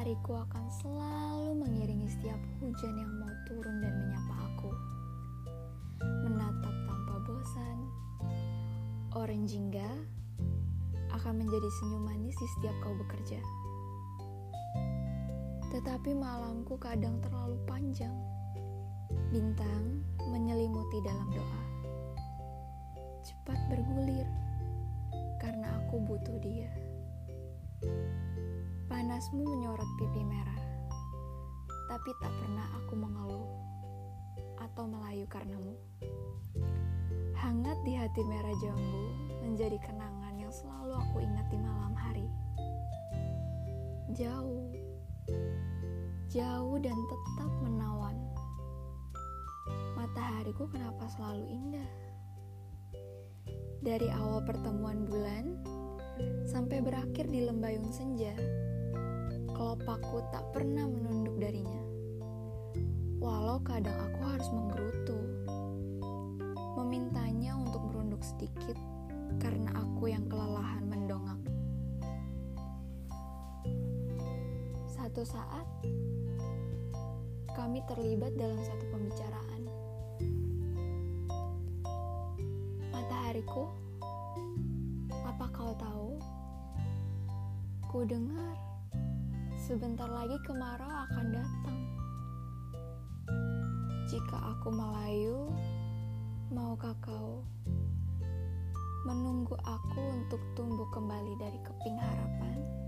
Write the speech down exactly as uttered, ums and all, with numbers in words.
Matahariku akan selalu mengiringi setiap hujan yang mau turun dan menyapa aku. Menatap tanpa bosan. Orange jingga akan menjadi senyum manis di setiap kau bekerja. Tetapi malamku kadang terlalu panjang. Bintang menyelimuti dalam doa. Cepat bergulir, karena aku butuh dia. Panasmu menyorot pipi merah, tapi tak pernah aku mengeluh atau melayu karenamu. Hangat di hati merah jambu menjadi kenangan yang selalu aku ingat di malam hari. Jauh, jauh dan tetap menawan. Matahariku kenapa selalu indah? Dari awal pertemuan bulan sampai berakhir di lembayung senja, kelopakku tak pernah menunduk darinya. Walau kadang aku harus menggerutu, memintanya untuk merunduk sedikit karena aku yang kelelahan mendongak. Satu saat, kami terlibat dalam satu pembicaraan. Matahariku, apa kau tahu? Ku dengar sebentar lagi kemarau akan datang. Jika aku melayu, maukah kau menunggu aku untuk tumbuh kembali dari keping harapan?